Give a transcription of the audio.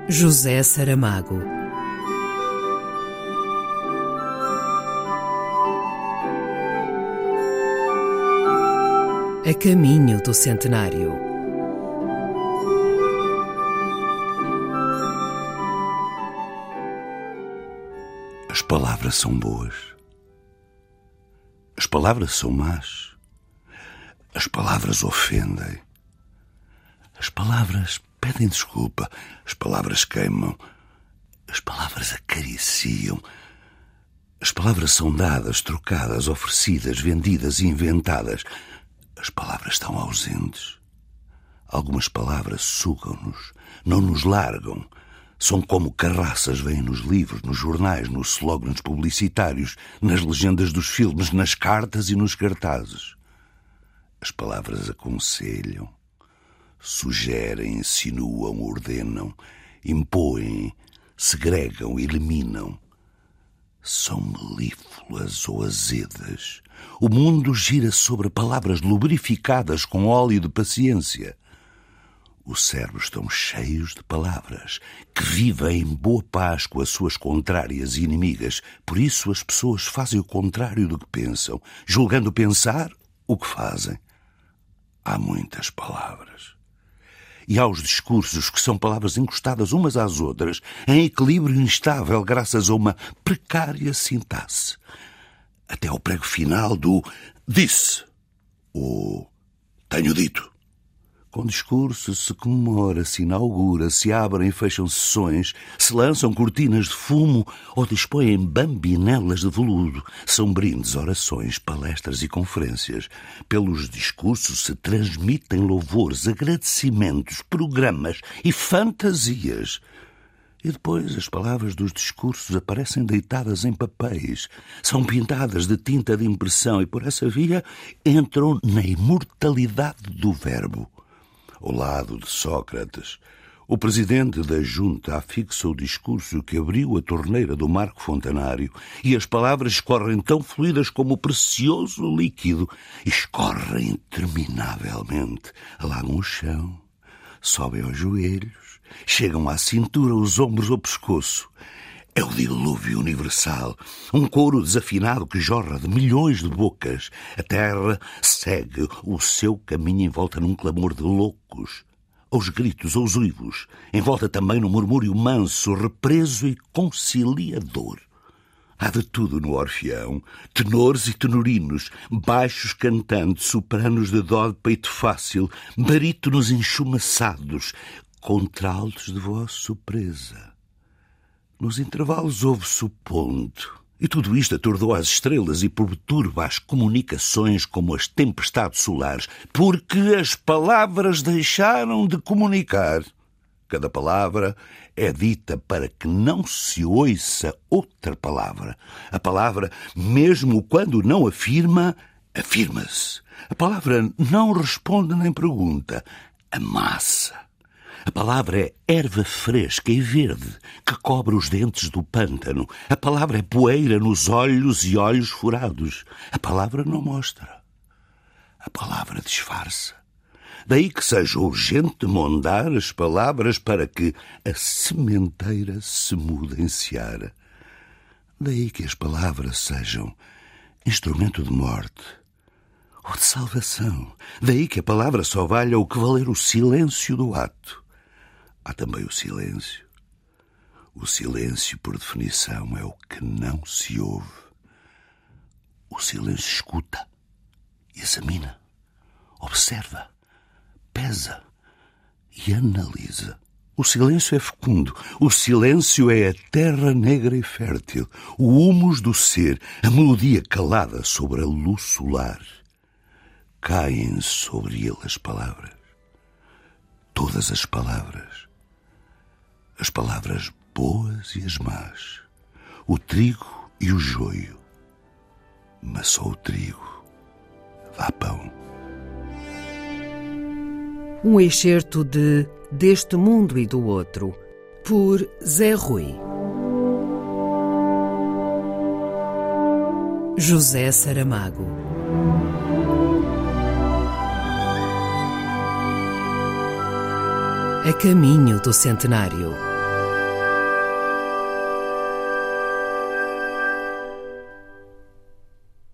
José Saramago. A caminho do centenário. As palavras são boas. As palavras são más. As palavras ofendem. As palavras pedem desculpa. As palavras queimam. As palavras acariciam. As palavras são dadas, trocadas, oferecidas, vendidas e inventadas. As palavras estão ausentes. Algumas palavras sugam-nos, não nos largam. São como carraças, vêm nos livros, nos jornais, nos slogans publicitários, nas legendas dos filmes, nas cartas e nos cartazes. As palavras aconselham, sugerem, insinuam, ordenam, impõem, segregam, eliminam. São melífluas ou azedas. O mundo gira sobre palavras lubrificadas com óleo de paciência. Os cérebros estão cheios de palavras, que vivem em boa paz com as suas contrárias e inimigas. Por isso as pessoas fazem o contrário do que pensam, julgando pensar o que fazem. Há muitas palavras. E há os discursos que são palavras encostadas umas às outras, em equilíbrio instável graças a uma precária sintaxe. Até ao prego final do disse, ou tenho dito. Com discurso se comemora, se inaugura, se abrem e fecham sessões, se lançam cortinas de fumo ou dispõem bambinelas de veludo. São brindes, orações, palestras e conferências. Pelos discursos se transmitem louvores, agradecimentos, programas e fantasias. E depois as palavras dos discursos aparecem deitadas em papéis, são pintadas de tinta de impressão e por essa via entram na imortalidade do verbo. Ao lado de Sócrates, o presidente da junta afixa o discurso que abriu a torneira do Marco Fontanário e as palavras escorrem tão fluídas como o precioso líquido, escorrem interminavelmente, alagam o chão, sobem aos joelhos, chegam à cintura, os ombros ao pescoço. É o dilúvio universal, um coro desafinado que jorra de milhões de bocas. A terra segue o seu caminho envolta num clamor de loucos, aos gritos, aos uivos, envolta também no murmúrio manso, represo e conciliador. Há de tudo no Orfeão, tenores e tenorinos, baixos cantando, sopranos de dó de peito fácil, barítonos enchumaçados, contraltos de voz surpresa. Nos intervalos ouve-se o ponto, e tudo isto atordou as estrelas e perturba as comunicações como as tempestades solares, porque as palavras deixaram de comunicar. Cada palavra é dita para que não se ouça outra palavra. A palavra, mesmo quando não afirma, afirma-se. A palavra não responde nem pergunta, amassa. A palavra é erva fresca e verde que cobre os dentes do pântano. A palavra é poeira nos olhos e olhos furados. A palavra não mostra. A palavra disfarça. Daí que seja urgente mondar as palavras para que a sementeira se mude em seara. Daí que as palavras sejam instrumento de morte ou de salvação. Daí que a palavra só valha o que valer o silêncio do ato. Há também o silêncio. O silêncio, por definição, é o que não se ouve. O silêncio escuta, examina, observa, pesa e analisa. O silêncio é fecundo. O silêncio é a terra negra e fértil, o humus do ser, a melodia calada sobre a luz solar. Caem sobre ele as palavras. Todas as palavras boas e as más, o trigo e o joio, mas só o trigo dá pão. Um excerto de Deste Mundo e do Outro, por Zé Rui. José Saramago. A caminho do centenário.